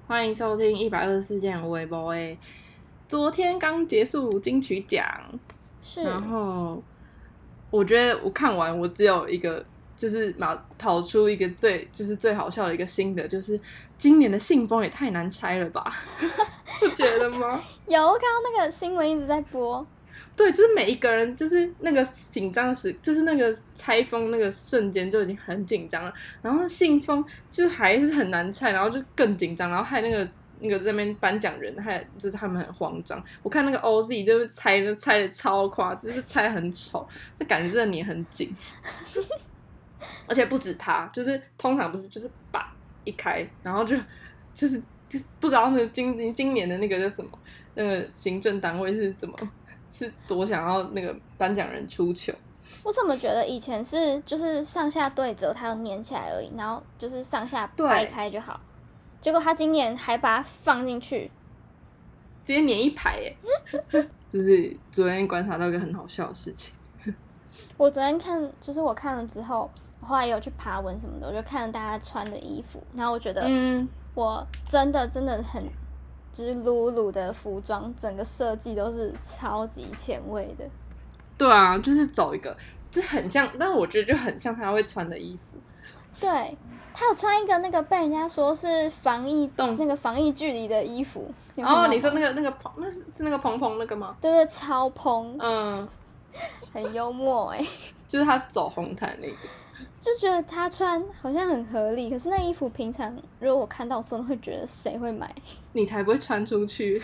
欢迎收听124件微博诶。昨天刚结束金曲奖， 是， 然后我觉得我看完，我只有一个，就是跑出一个最好笑的一个心得，就是今年的信封也太难拆了吧？不觉得吗？ 有看到那个新闻一直在播。 对，就是每一个人，就是那个紧张时，就是那个拆封那个瞬间就已经很紧张了，然后信封就还是很难拆，然后就更紧张，然后害那个在那边颁奖人，害就是他们很慌张。我看那个 OZ 就是拆的超夸张，就是拆很丑，就感觉真的粘很紧。而且不止他，就是通常不是就是把一开，然后就是不知道那今年的那个叫什么，那个行政单位是怎么。是多想要那个颁奖人出糗。 我怎么觉得以前是就是上下对折，它要粘起来而已，然后就是上下掰开就好。结果他今年还把它放进去， 直接粘一排耶！就是昨天观察到一个很好笑的事情。 我昨天看，就是我看了之后，我后来也有去爬文什么的，我就看了大家穿的衣服，然后我觉得，我真的很。就是鲁鲁的服装，整个设计都是超级前卫的。 对啊，就是走一个，就很像，但我觉得就很像他会穿的衣服。 对，他有穿一个那个被人家说是防疫距离的衣服。 哦，你说那个蓬，那是那个蓬那个吗？ 对，超蓬。很幽默欸。 就是他走红毯那个。 就觉得他穿好像很合理，可是那衣服平常如果我看到，真的会觉得谁会买？ 你才不会穿出去。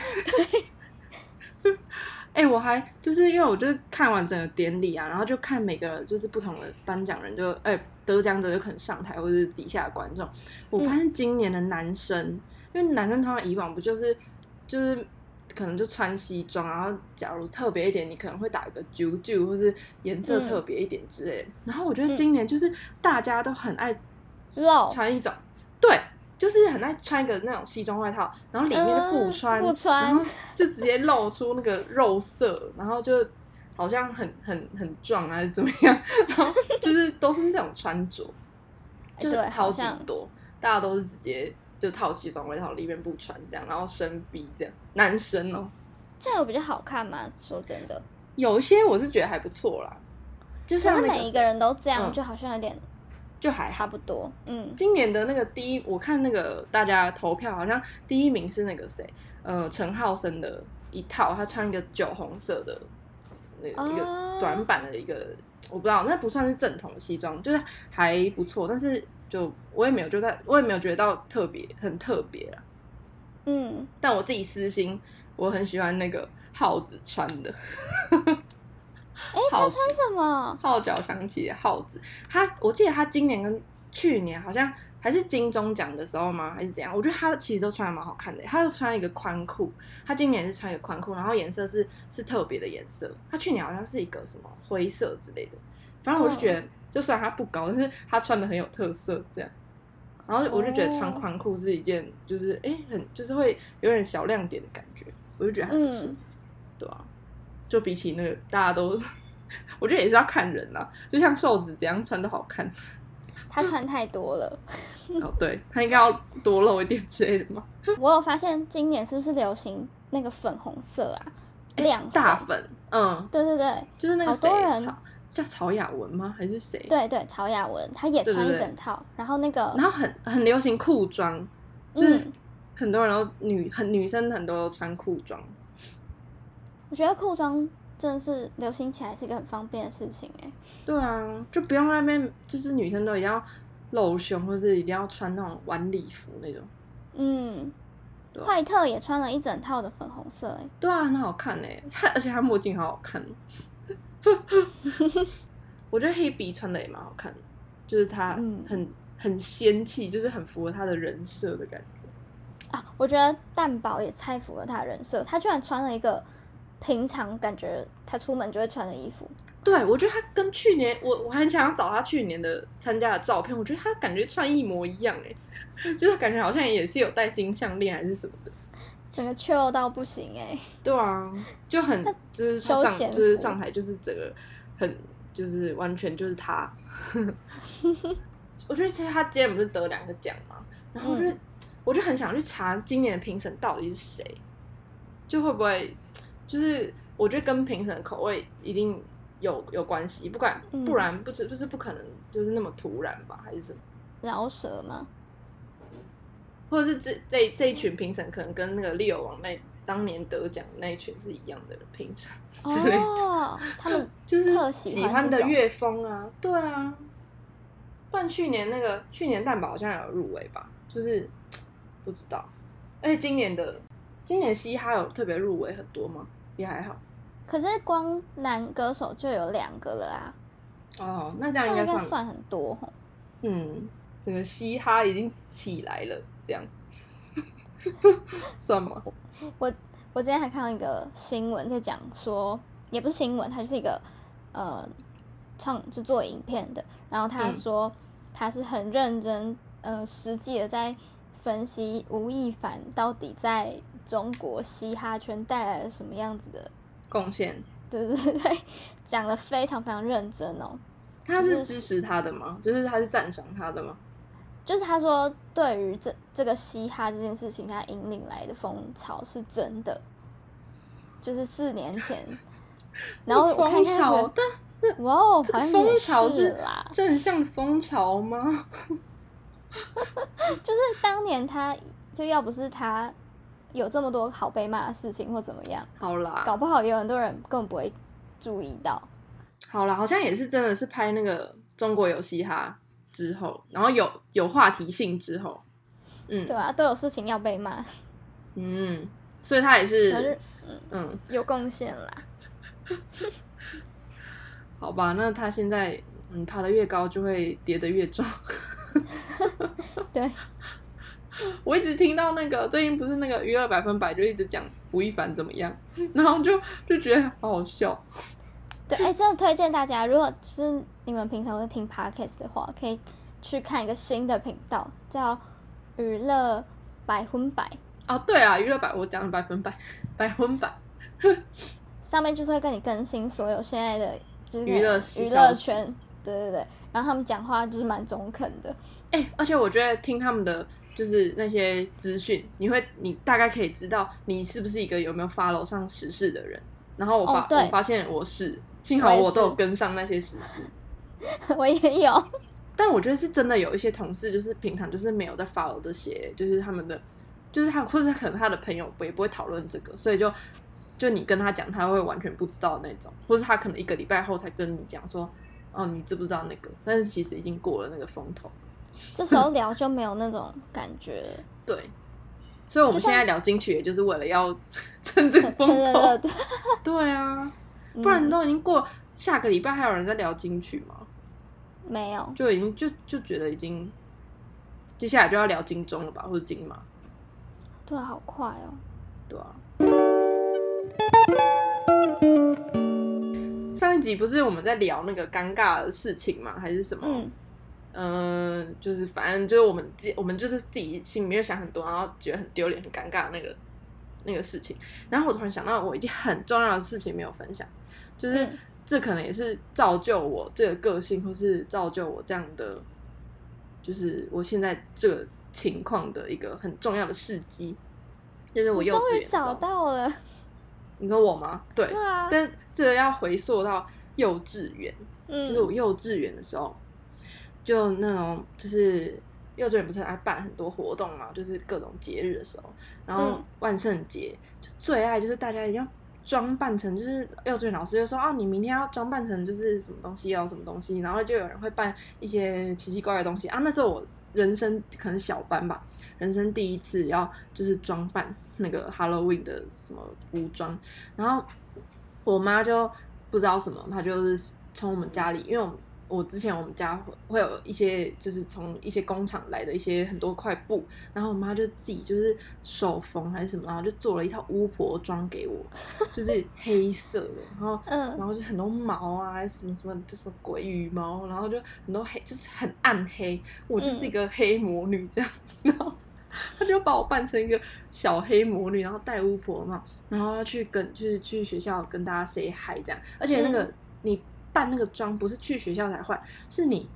对。我还就是因为我就是看完整个典礼啊，然后就看每个就是不同的颁奖人就得奖者就可能上台或者是底下的观众，我发现今年的男生，因为男生通常以往不就是可能就穿西装，然后假如特别一点，你可能会打一个啾啾，或是颜色特别一点之类的。然后我觉得今年就是大家都很爱穿一种，对，就是很爱穿一个那种西装外套，然后里面就不穿，然后就直接露出那个肉色，然后就好像很壮还是怎么样，然后就是都是这种穿着，就是超级多，大家都是直接。就套西装外套里面不穿这样，然后深 B 这样，男生哦， 这有比较好看吗？说真的， 有一些我是觉得还不错啦，就像可是每一个人都这样，就好像有点就还差不多。 今年的那个我看那个大家投票，好像第一名是那个谁，陈浩森的一套，他穿一个酒红色的那个一个短版的一个，我不知道那不算是正统的西装，就是还不错，但是。就我也没有觉得到很特别啦，但我自己私心我很喜欢那个耗子穿的， 他穿什么？ 号角响起的耗子，我记得他今年跟去年好像还是金钟奖的时候吗？还是怎样？我觉得他其实都穿的蛮好看的，他就穿一个宽裤，他今年是穿一个宽裤，然后颜色是特别的颜色，他去年好像是一个什么灰色之类的，反正我就觉得。就虽然他不高，但是他穿的很有特色，这样，然后我就觉得穿宽裤是一件，就是就是会有点小亮点的感觉，我就觉得还不错，对啊，就比起那个大家都，我觉得也是要看人啦，就像瘦子怎样穿都好看， 他穿太多了， 对他应该要多露一点之类的嘛。 我有发现今年是不是流行那个粉红色啊，亮粉大粉， 对， 就是那个好多人。 叫曹雅文吗？还是谁？ 对，曹雅文，他也穿一整套，然后然后很流行裤装，就是很多人都女生很多都穿裤装。 我觉得裤装真的是流行起来是一个很方便的事情对啊，就不用那边就是女生都一定要露胸，或是一定要穿那种晚礼服那种。 坏特也穿了一整套的粉红色对啊，很好看而且他墨镜好好看。我觉得黑笔穿的也蛮好看的，就是他很仙气，就是很符合他的人设的感觉啊。我觉得蛋堡也太符合他的人设，他居然穿了一个平常感觉他出门就会穿的衣服。 对，我觉得他跟去年我很想要找他去年的参加的照片，我觉得他感觉穿一模一样就是感觉好像也是有戴金项链还是什么的。 整个 chill 到不行对啊，就很就是就是上台就是整个很就是完全就是他。我觉得其实他今天不是得2个奖嘛，然后我觉得我就很想去查今年的评审到底是谁，就会不会就是我觉得跟评审的口味一定有关系，不然不可能就是那么突然吧，还是什么饶舌吗？ 或者是这一群评审可能跟那个Leo王当年得奖的那一群是一样的评审之类的， 他们就是特喜欢的乐风啊，对啊。不然去年蛋堡好像有入围吧，就是不知道。而且今年嘻哈有特别入围很多吗？也还好。 可是光男歌手就有2个了啊。 哦，那这样应该算很多。 整个嘻哈已经起来了，这样算吗？ 我今天还看到一个新闻，在讲说，也不是新闻，它就是一个就做影片的，然后他说他是很认真实际的在分析吴亦凡到底在中国嘻哈圈带来了什么样子的贡献。 对，讲得非常非常认真哦。 他是支持他的吗？就是他是赞赏他的吗？ 就是他说对于这个嘻哈这件事情，他引领来的风潮是真的，就是4年前，然后我看看哇哦， 这个风潮是正向风潮吗？ 就是当年他就要不是他有这么多好被骂的事情或怎么样， 好啦， 搞不好有很多人根本不会注意到。 好啦，好像也是真的是拍那个中国有嘻哈之后，然后有话题性之后， 对啊，都有事情要被骂， 所以他也是有贡献啦。 好吧，那他现在爬得越高就会跌得越重。 对， 我一直听到那个最近不是那个娱乐100%就一直讲吴亦凡怎么样，然后就觉得好好笑。 对，真的推荐大家，如果是你们平常会听 podcast 的话，可以去看一个新的频道，叫娱乐100%。 哦，对啊，娱乐我讲的100%， 上面就是会跟你更新所有现在的就是娱乐圈，对，然后他们讲话就是蛮中肯的。 而且我觉得听他们的就是那些资讯，你大概可以知道你是不是一个有没有 follow 上时事的人。然后我发现我是，幸好我都有跟上那些时事。 我也有， 但我觉得是真的有一些同事就是平常就是没有在 follow 这些，就是他们的，就是他或者可能他的朋友也不会讨论这个，所以就你跟他讲，他会完全不知道的那种，或是他可能1个礼拜后才跟你讲说，哦，你知不知道那个？但是其实已经过了那个风头。 这时候聊就没有那种感觉了。 对，所以我们现在聊金曲，也就是为了要趁这个风头。对啊，不然都已经过下个礼拜，还有人在聊金曲吗？ 没有， 就已经就觉得已经接下来就要聊金钟了吧，或者金马。 对啊，好快哦。 对啊。上一集不是我们在聊那个尴尬的事情吗？还是什么？就是反正就是我们就是自己心里面想很多，然后觉得很丢脸、很尴尬的那个事情。然后我突然想到，我一件很重要的事情没有分享，就是这可能也是造就我这个个性，或是造就我这样的，就是我现在这个情况的一个很重要的事迹，就是我幼稚园的时候。 终于找到了。 你说我吗？对啊， 但这个要回溯到幼稚园，就是我幼稚园的时候。就那种就是幼稚园不是爱办很多活动嘛，就是各种节日的时候，然后万圣节就最爱就是大家一定要装扮成，就是幼稚园老师就说哦，你明天要装扮成就是什么东西要什么东西，然后就有人会办一些奇奇怪怪的东西啊。那时候我人生可能小班吧，人生第一次要就是装扮那个 Halloween 的什么服装，然后我妈就不知道什么，她就是从我们家里，因为我之前我们家会有一些就是从一些工厂来的一些很多块布，然后我妈就自己就是手缝还是什么，然后就做了一套巫婆装给我，就是黑色的，然后就很多毛啊，还是什么鬼羽毛，然后就很多黑，就是很暗黑，我就是一个黑魔女这样，然后她就把我扮成一个小黑魔女，然后戴巫婆嘛，然后要去去学校跟大家 say hi 这样，而且那个你扮那个妆不是去学校才换，是你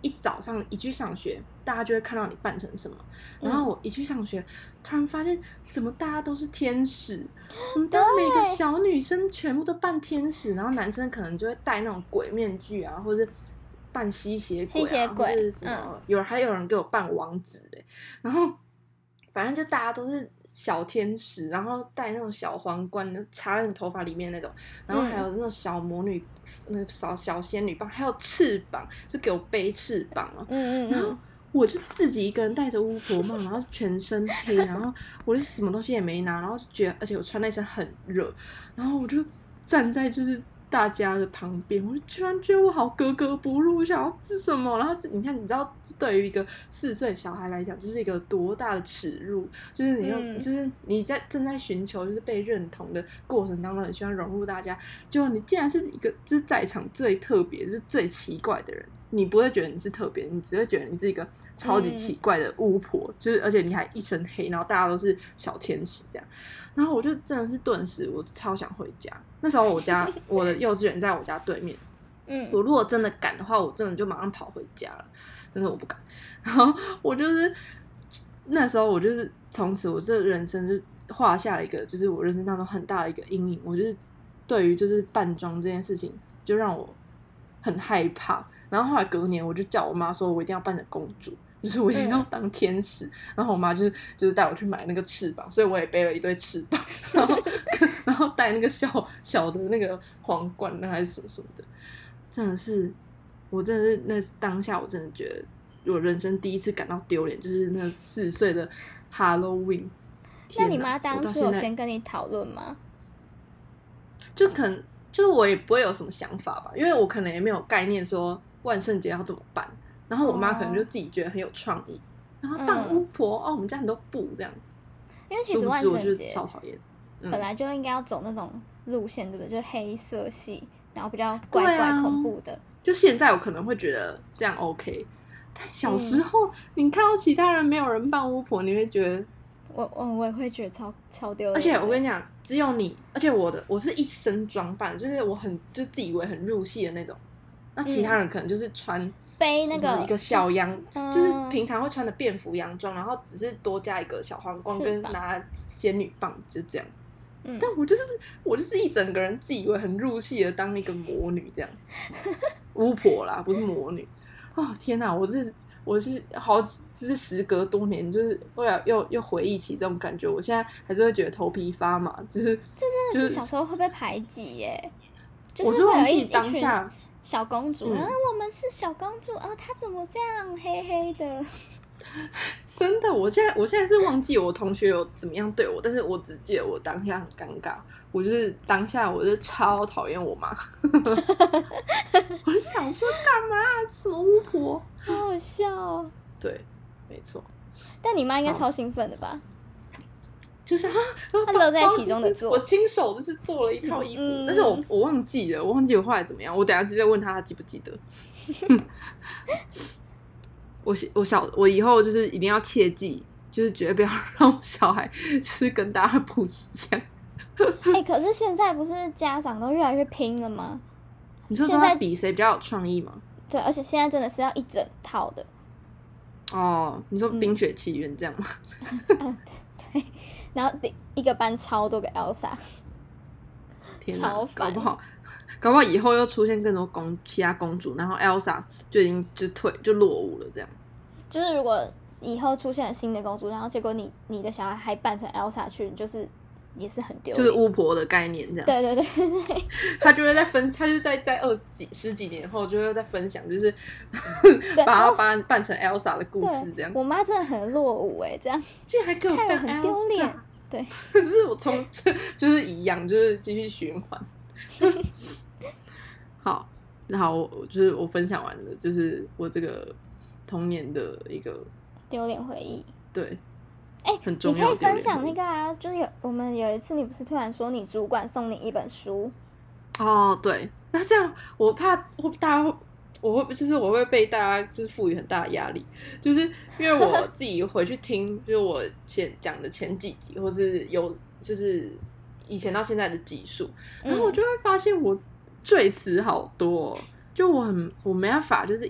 一早上一去上学，大家就会看到你扮成什么。然后我一去上学，突然发现怎么大家都是天使，怎么大家每个小女生全部都扮天使，然后男生可能就会戴那种鬼面具啊，或者是扮吸血鬼啊，或者什么，还有人给我扮王子然后反正就大家都是小天使，然后戴那种小皇冠，插在你头发里面那种，然后还有那种小魔女，那个小仙女棒，还有翅膀，就给我背翅膀然后我就自己一个人戴着巫婆帽，然后全身黑，然后我就什么东西也没拿，然后就觉得，而且我穿那身很热，然后我就站在就是大家的旁边，我就居然觉得我好格格不入，我想要吃什么？然后你看，你知道，对于一个4岁小孩来讲，这是一个多大的耻辱？就是就是你正在寻求就是被认同的过程当中，很希望融入大家，结果你竟然是一个就是在场最特别、就是最奇怪的人。你不会觉得你是特别，你只会觉得你是一个超级奇怪的巫婆，就是而且你还一身黑，然后大家都是小天使这样。然后我就真的是顿时我超想回家。那时候我的幼稚园在我家对面，我如果真的赶的话，我真的就马上跑回家了，但是我不敢。然后我就是那时候我就是从此我这人生就画下了一个就是我人生当中很大的一个阴影。我就是对于就是扮装这件事情就让我很害怕。然后后来隔年我就叫我妈说我一定要扮成公主，就是我一定要当天使。然后我妈就是带我去买那个翅膀，所以我也背了一堆翅膀，然后戴那个小的那个皇冠还是什么什么的。真的是我真的是那当下我真的觉得我人生第一次感到丢脸，就是那4岁的 Halloween。 那你妈当初有先跟你讨论吗？ 就可能就是我也不会有什么想法吧，因为我可能也没有概念说万圣节要怎么办，然后我妈可能就自己觉得很有创意，然后扮巫婆我们家很多布这样。 因为其实万圣节超讨厌， 本来就应该要走那种路线，对不对？就是黑色系，然后比较怪怪恐怖的。 就现在我可能会觉得这样 OK， 但小时候你看到其他人没有人扮巫婆，你会觉得我也会觉得超丢脸。 而且我跟你讲，只有你，而且我是一身装扮，就是我就自以为很入戏的那种。那其他人可能就是穿背那个一个小洋，就是平常会穿的便服洋装，然后只是多加一个小皇冠跟拿仙女棒，就这样。但我就是一整个人自以为很入戏的当一个魔女这样，巫婆啦，不是魔女。哦天哪，我是好，就是时隔多年，就是为了又回忆起这种感觉，我现在还是会觉得头皮发麻。就是这真的是小时候会被排挤耶， 我是忘记当下小公主，我们是小公主她怎么这样黑黑的？ 真的，我现在是忘记我同学有怎么样对我，但是我只记得我当下很尴尬。我就是当下我就超讨厌我妈，我就想说干嘛什么巫婆， 好好笑哦。 对，没错。 但你妈应该超兴奋的吧？ 就是她乐在其中的做， 我亲手就是做了一套衣服，但是我忘记了，我后来怎么样。我等一下直接问她记不记得。我以后就是一定要切记，就是绝对不要让我小孩就是跟大家不一样。 可是现在不是家长都越来越拼了吗？ 你说他比谁比较有创意吗？ 对，而且现在真的是要一整套的。 哦，你说《冰雪奇缘》这样吗？ 对，然后一个班超多个 Elsa， 天哪，搞不好以后又出现更多其他公主，然后 Elsa 就已经就落伍了，这样。 就是如果以后出现了新的公主，然后结果你的小孩还扮成 Elsa 去，就是也是很丢脸， 就是巫婆的概念这样。 对， 他就会他就在10几年后就会再分享，就是把他扮成 Elsa 的故事这样。 我妈真的很落伍这样竟然还给我扮 Elsa， 很丢脸。对， 可是我就是一样，就是继续循环。好，就是我分享完了，就是我这个童年的一个丢脸回忆。 对， 很重要的。你可以分享那个啊，就是我们有一次，你不是突然说你主管送你一本书？ 哦，对，那这样我怕大家我会被大家就是赋予很大的压力，就是因为我自己回去听，就是我讲的前几集，或是有就是以前到现在的集数，然后我就会发现我赘词好多就我没办法就是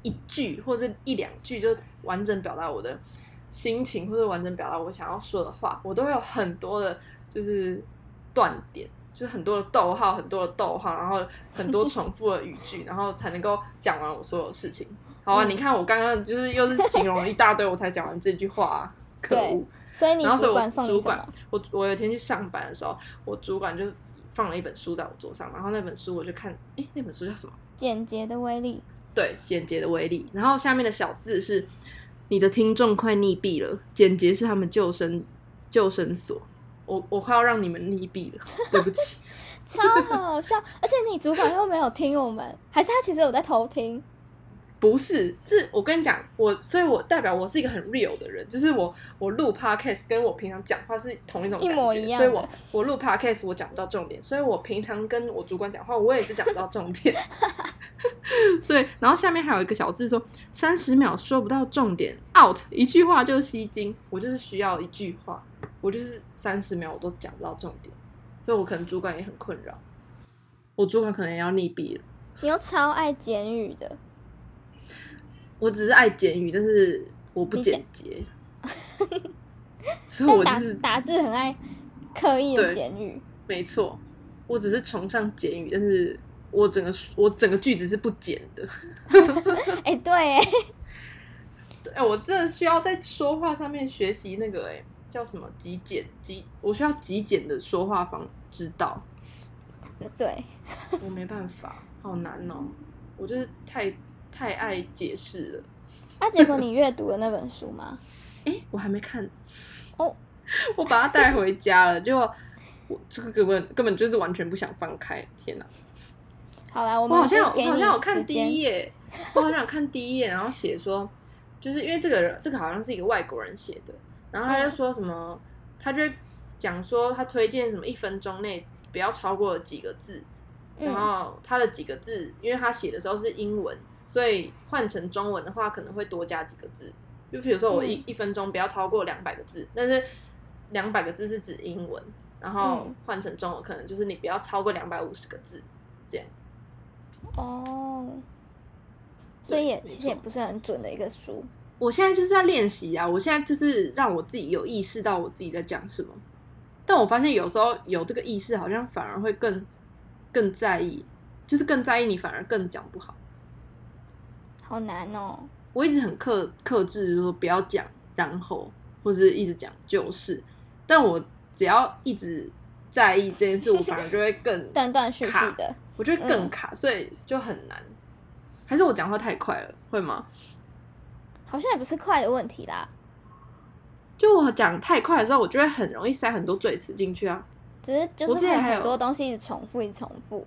一句或者一两句就完整表达我的心情，或者完整表达我想要说的话，我都会有很多的就是断点，就是很多的逗号，很多的逗号，然后很多重复的语句，然后才能够讲完我所有事情。好啊，你看我刚刚就是又是形容了一大堆，我才讲完这句话啊，可恶！ 所以你主管送你什么？ 我有一天去上班的时候，我主管就放了一本书在我桌上，然后那本书我就看，那本书叫什么？ 简洁的威力。 对，简洁的威力。然后下面的小字是：你的听众快溺毙了，简洁是他们救生所。我快要让你们溺毙了，对不起。 超好笑，而且你主管又没有听我们，还是他其实有在偷听？ 不是，我跟你讲，所以我代表我是一个很 real 的人，就是我录 podcast 跟我平常讲话是同一种感觉， 一模一样所以我录 podcast 我讲不到重点，所以我平常跟我主管讲话，我也是讲不到重点。所以，然后下面还有一个小字说30秒说不到重点 out， 一句话就吸睛，我就是需要一句话，我就是30秒我都讲不到重点，所以我可能主管也很困扰，我主管可能也要溺毙了。 你又超爱简语的。 我只是爱简语，但是我不简洁，所以我就是打字很爱刻意的简语。 没错，我只是崇尚简语，但是我整个句子是不简的。 对我真的需要在说话上面学习那个叫什么极简我需要极简的说话之道。 对， 我没办法，好难哦，我就是太爱解释了。 结果你阅读了那本书吗？ 我还没看哦， 我把它带回家了，结果我这个根本就是完全不想放开，天哪！ 好啦，我好像有看第一页，我好像有看第一页，然后写说，就是因为这个好像是一个外国人写的，然后他就说什么，他就讲说他推荐什么1分钟内不要超过几个字，然后他的几个字，因为他写的时候是英文。所以换成中文的话，可能会多加几个字。就比如说我一分钟不要超过200个字，但是200个字是指英文，然后换成中文可能就是你不要超过250个字，这样。 哦，所以其实也不是很准的一个书。 我现在就是在练习啊，我现在就是让我自己有意识到我自己在讲什么，但我发现有时候有这个意识，好像反而会更在意，就是更在意你反而更讲不好。 好难哦！ 我一直很克制，就是说不要讲然后，或是一直讲就是，但我只要一直在意这件事，我反而就会更断断续续的， 我就会更卡，所以就很难。还是我讲话太快了，会吗？ 好像也不是快的问题啦， 就我讲太快的时候，我就会很容易塞很多赘词进去啊。 只是就是很多东西一直重复，一直重复。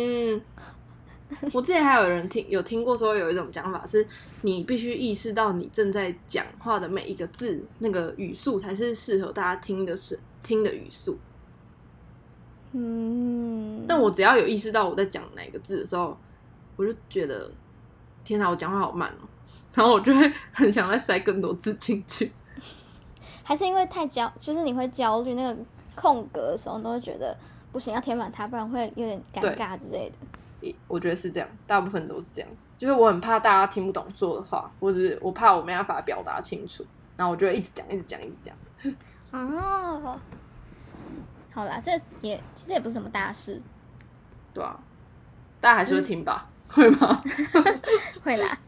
我之前还有人有听过说有一种讲法是，你必须意识到你正在讲话的每一个字，那个语速才是适合大家听的语速。但我只要有意识到我在讲哪个字的时候，我就觉得天哪，我讲话好慢哦，然后我就会很想再塞更多字进去。 还是因为就是你会焦虑，那个空格的时候，你都会觉得不行，要填满它，不然会有点尴尬之类的。 我觉得是这样，大部分都是这样，就是我很怕大家听不懂说的话，或者我怕我没办法表达清楚，然后我就会一直讲。 哦，好啦，这其实也不是什么大事， 对啊，大家还是会听吧？会吗？ 会啦。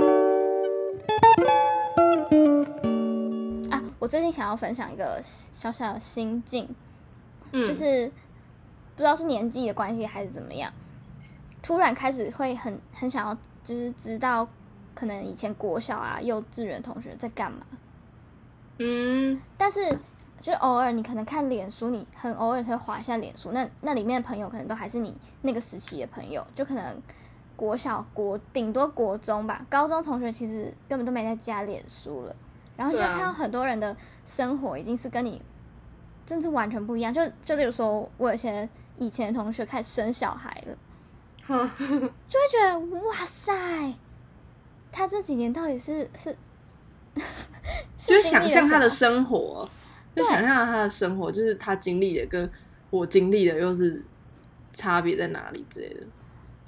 我最近想要分享一个小小的心境，就是不知道是年纪的关系还是怎么样。突然开始会很想要，就是知道可能以前国小啊、幼稚园同学在干嘛。但是就偶尔你可能看脸书，你很偶尔才会滑一下脸书，那里面的朋友可能都还是你那个时期的朋友，就可能国小、顶多国中吧，高中同学其实根本都没在加脸书了。然后你就看到很多人的生活已经是跟你真是完全不一样。就例如说，我有些以前的同学开始生小孩了。就会觉得哇塞，他这几年到底是就是想象他的生活，就想象他的生活，就是他经历的跟我经历的又是差别在哪里之类的。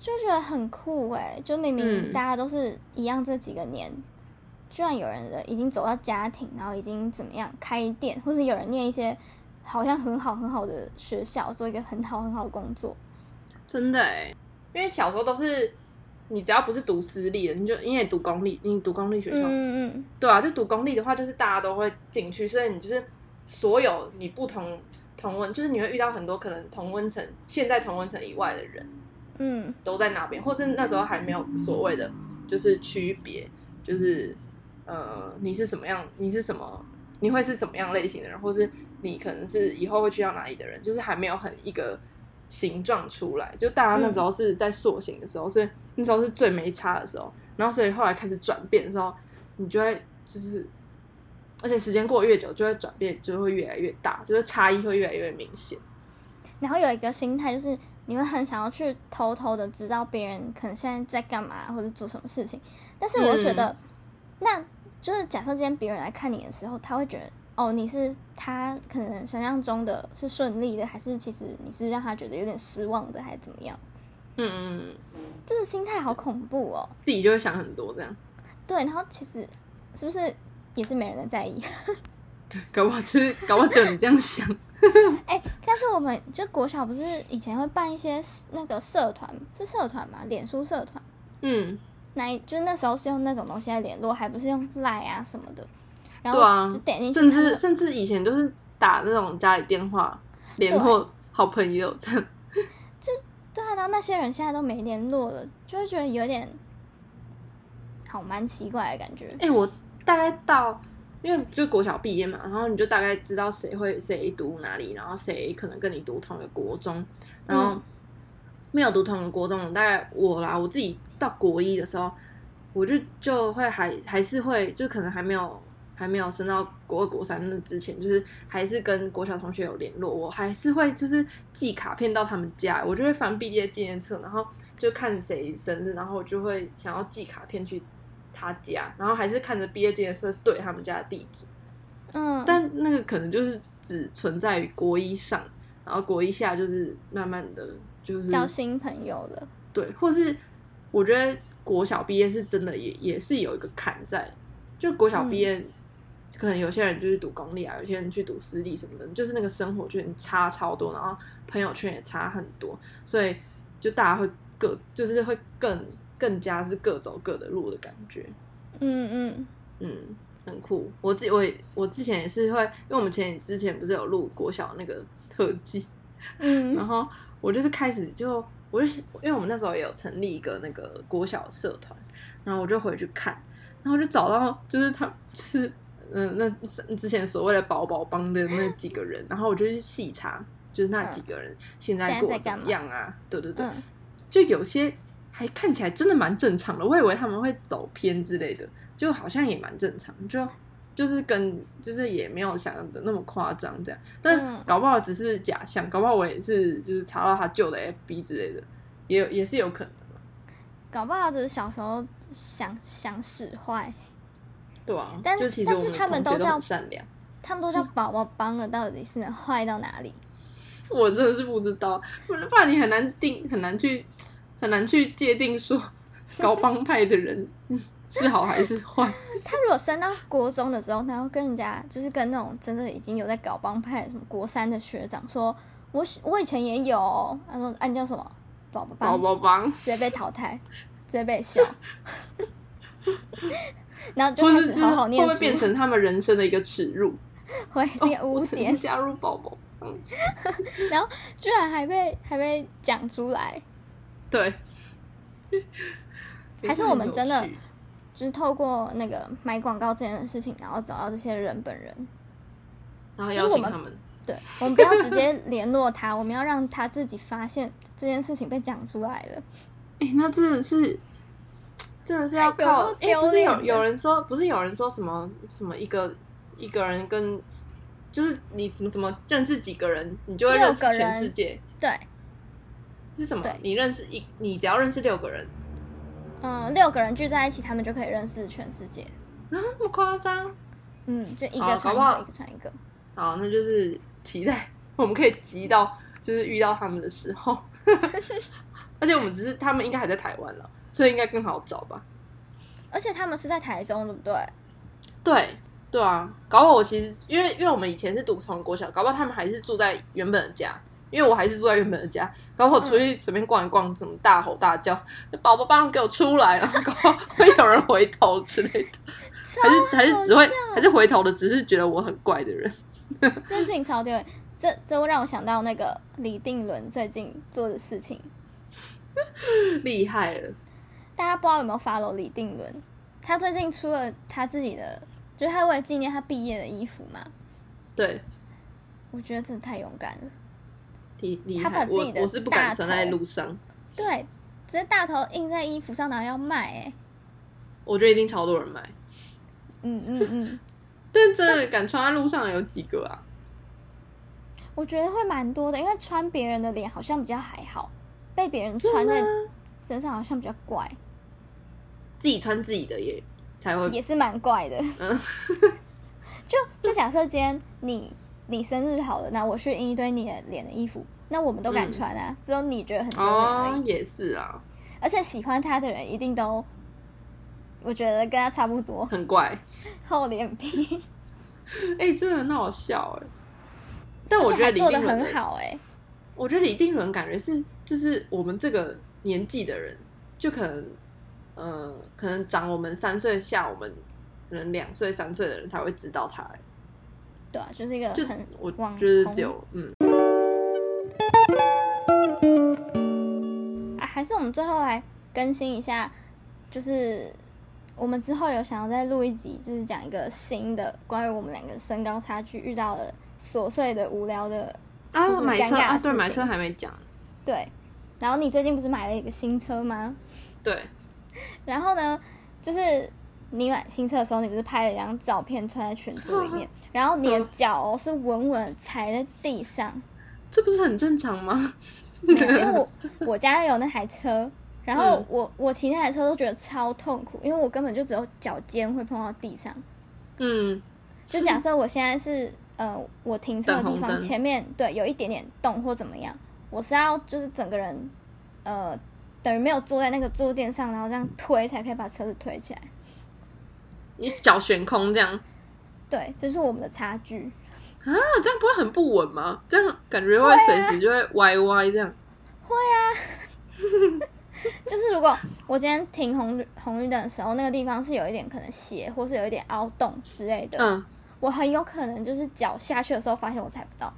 就觉得很酷哎，就明明大家都是一样这几个年，居然有人已经走到家庭，然后已经怎么样开店，或是有人念一些好像很好很好的学校，做一个很好很好的工作。 真的哎，因为小时候都是你只要不是读私立的，你就因为你读公立学校，对啊，就读公立的话，就是大家都会进去，所以你就是所有你不同温，就是你会遇到很多可能同温层，现在同温层以外的人，都在那边，或是那时候还没有所谓的就是区别，就是你是什么样，你会是什么样类型的人，或是你可能是以后会去到哪里的人，就是还没有很一个形状出来，就大家那时候是在塑形的时候，所以那时候是最没差的时候，然后所以后来开始转变的时候，你就会就是，而且时间过得越久，就会转变，就会越来越大，就是差异会越来越明显。 然后有一个心态就是你会很想要去偷偷的知道别人可能现在在干嘛或者做什么事情，但是我觉得，那就是假设今天别人来看你的时候，他会觉得哦，你是他可能想象中的是顺利的，还是其实你是让他觉得有点失望的，还是怎么样？这个心态好恐怖哦， 自己就会想很多这样。 对，然后其实是不是也是没人在意？ 对，搞不好只有你这样想。 但是我们就国小不是以前会办一些那个社团，是社团嘛，脸书社团。就是那时候是用那种东西来联络，还不是用 LINE 啊什么的。然后就点进去， 甚至以前都是打那种家里电话联络好朋友这样。 就对啊，然后那些人现在都没联络了，就会觉得有点蛮奇怪的感觉。 我大概到，因为就国小毕业嘛，然后你就大概知道谁读哪里，然后谁可能跟你读同一个国中，然后没有读同一个国中的，大概我自己到国一的时候，我就会还是会，就可能还没有升到国二国三那之前，就是还是跟国小同学有联络，我还是会就是寄卡片到他们家，我就会翻毕业纪念册，然后就看谁生日，然后我就会想要寄卡片去他家，然后还是看着毕业纪念册对他们家的地址。但那个可能就是只存在于国一上，然后国一下就是慢慢的就是交新朋友了。 对，或是我觉得国小毕业是真的也是有一个坎在，就国小毕业。可能有些人就是读公立啊，有些人去读私立什么的，就是那个生活圈差超多，然后朋友圈也差很多，所以就大家会就是会更加是各走各的路的感觉。很酷。我之前也是会，因为我们之前不是有录国小那个特辑，然后我就是开始因为我们那时候也有成立一个那个国小社团，然后我就回去看，然后就找到就是他就是那之前所谓的宝宝帮的那几个人，然后我就去细查，就是那几个人现在过得怎么样啊？对，就有些还看起来真的蛮正常的，我以为他们会走偏之类的，就好像也蛮正常，就是就是也没有想的那么夸张这样，但搞不好只是假象，搞不好我也是就是查到他旧的 FB 之类的，也是有可能的， 搞不好只是小时候想使坏。 对啊， 但其实我们他们都很善良， 他们都叫宝宝帮了，到底是能坏到哪里？ 我真的是不知道，不然你很难去界定说搞帮派的人是好还是坏。 他如果升到国中的时候，然后跟人家就是跟那种真的已经有在搞帮派什么国三的学长说，我以前也有，他说你叫什么宝宝帮，直接被淘汰，直接被笑。然后就开始好好念书， 会不会变成他们人生的一个耻辱？ 会是一个污点。 加入宝宝， 然后居然还被讲出来。 对， 还是我们真的就是透过那个买广告这件事情，然后找到这些人本人， 然后邀请他们。 对，我们不要直接联络他，我们要让他自己发现这件事情被讲出来了。 那真的是要靠不是有人说什么一个人跟就是你什么认识几个人，你就会认识全世界。 对， 是什么？你只要认识6个人 ，6个人聚在一起，他们就可以认识全世界。 那么夸张？ 就一个传一个，一个传一个。 好，那就是期待我们可以急到就是遇到他们的时候。 而且我们只是他们应该还在台湾了，所以应该更好找吧。 而且他们是在台中，对不对？ 对啊，搞不好我其实因为我们以前是读同国小，搞不好他们还是住在原本的家，因为我还是住在原本的家。搞不好我出去随便逛一逛，什么大吼大叫，宝宝帮给我出来，然后搞不好会有人回头之类的，还是回头的，只是觉得我很怪的人。 这件事情超丢人，这会让我想到那个李定伦最近做的事情， 厉害了。 大家不知道有没有 follow 李定伦？他最近出了他自己的，就是他为了纪念他毕业的衣服嘛。 对， 我觉得真的太勇敢了。 厉害， 他把自己的我是不敢穿在路上。 对，直接大头印在衣服上，然后要卖我觉得一定超多人买。但真的敢穿在路上的有几个啊？ 我觉得会蛮多的，因为穿别人的脸好像比较还好，被别人穿在身上好像比较怪。 自己穿自己的才会也是蛮怪的。就假设今天你生日好了，那我去印一堆你的脸的衣服，那我们都敢穿啊，只有你觉得很丢脸而已。 也是啊。 而且喜欢他的人一定都，我觉得跟他差不多， 很怪， 厚脸皮。 真的很好笑但我觉得李定伦做得很好我觉得李定伦感觉是就是我们这个年纪的人，就可能长我们3岁下我们可能2岁3岁的人才会知道他对啊，就是一个很我觉得只有还是我们最后来更新一下，就是我们之后有想要再录一集，就是讲一个新的关于我们2个身高差距遇到的琐碎的无聊的买车对， 买车还没讲。 对，然后你最近不是买了一个新车吗？ 对。 然后呢，就是你买新车的时候，你不是拍了一张照片穿在群组里面，然后你的脚是稳稳踩在地上， 这不是很正常吗？ 因为我家有那台车，然后我骑那台车都觉得超痛苦，因为我根本就只有脚尖会碰到地上。就假设我现在是我停车的地方前面对有一点点洞或怎么样，我是要就是整个人等于没有坐在那个坐垫上，然后这样推才可以把车子推起来。 你脚悬空这样？ 对，这是我们的差距啊！这样不会很不稳吗？这样感觉会随时就会歪歪这样。 会啊，就是如果我今天停红绿灯的时候，那个地方是有一点可能斜，或是有一点凹洞之类的，我很有可能就是脚下去的时候发现我踩不到。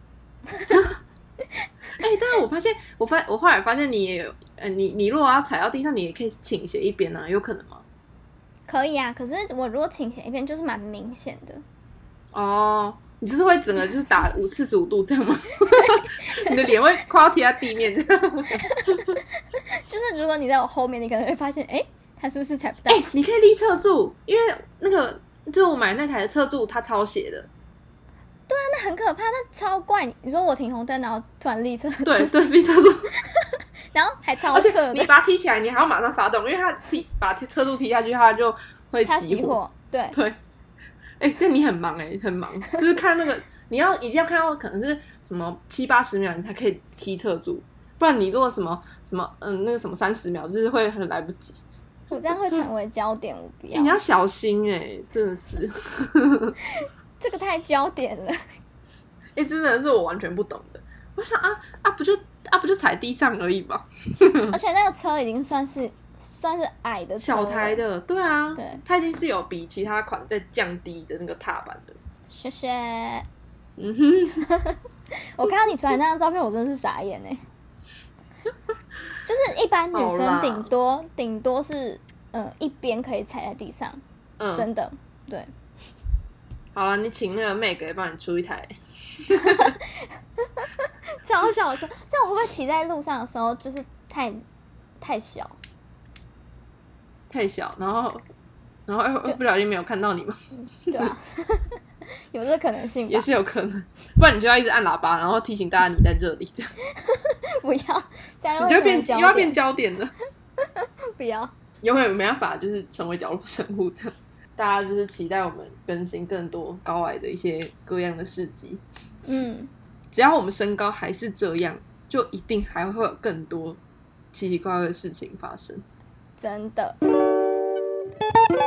但是我后来发现你也有，你如果要踩到地上，你也可以倾斜一边啊，有可能吗？ 可以啊，可是我如果倾斜一边，就是蛮明显的。 你就是会整个就是打45度这样吗？你的脸会快要贴在地面这样。 就是如果你在我后面，你可能会发现，他是不是踩不到？ 你可以立侧柱，因为那个就是我买那台的侧柱，它超斜的。 对啊，那很可怕，那超怪。你说我停红灯，然后突然立侧柱， 对，立侧柱， 然后还超侧的。 你把它踢起来，你还要马上发动，因为它把侧柱踢下去，它就会起火。 对。 这你很忙很忙，就是看那个一定要看到可能是什么70-80秒你才可以踢侧柱，不然你如果什么那个什么30秒，就是会很来不及。 我这样会成为焦点，我不要。 你要小心真的是。 这个太焦点了。 真的是我完全不懂的。我想不就踩地上而已吧。 而且那个车已经算是矮的车了， 小台的，对啊， 对， 它已经是有比其他款再降低的那个踏板的。 谢谢。我看到你传的那张照片，我真的是傻眼就是一般女生顶多是一边可以踩在地上，真的对。 好了，你请那个妹给帮你出一台。 超小的车，这样我会不会骑在路上的时候就是太小？ 太小，然后不小心没有看到你吗？ 对啊，有这可能性吧？ 也是有可能，不然你就要一直按喇叭，然后提醒大家你在这里，这样。 不要，这样你就又要变焦点了。 不要， 永远没办法就是成为角落生物的。大家就是期待我们更新更多高矮的一些各样的事迹。只要我们身高还是这样，就一定还会有更多奇奇怪怪的事情发生。 真的。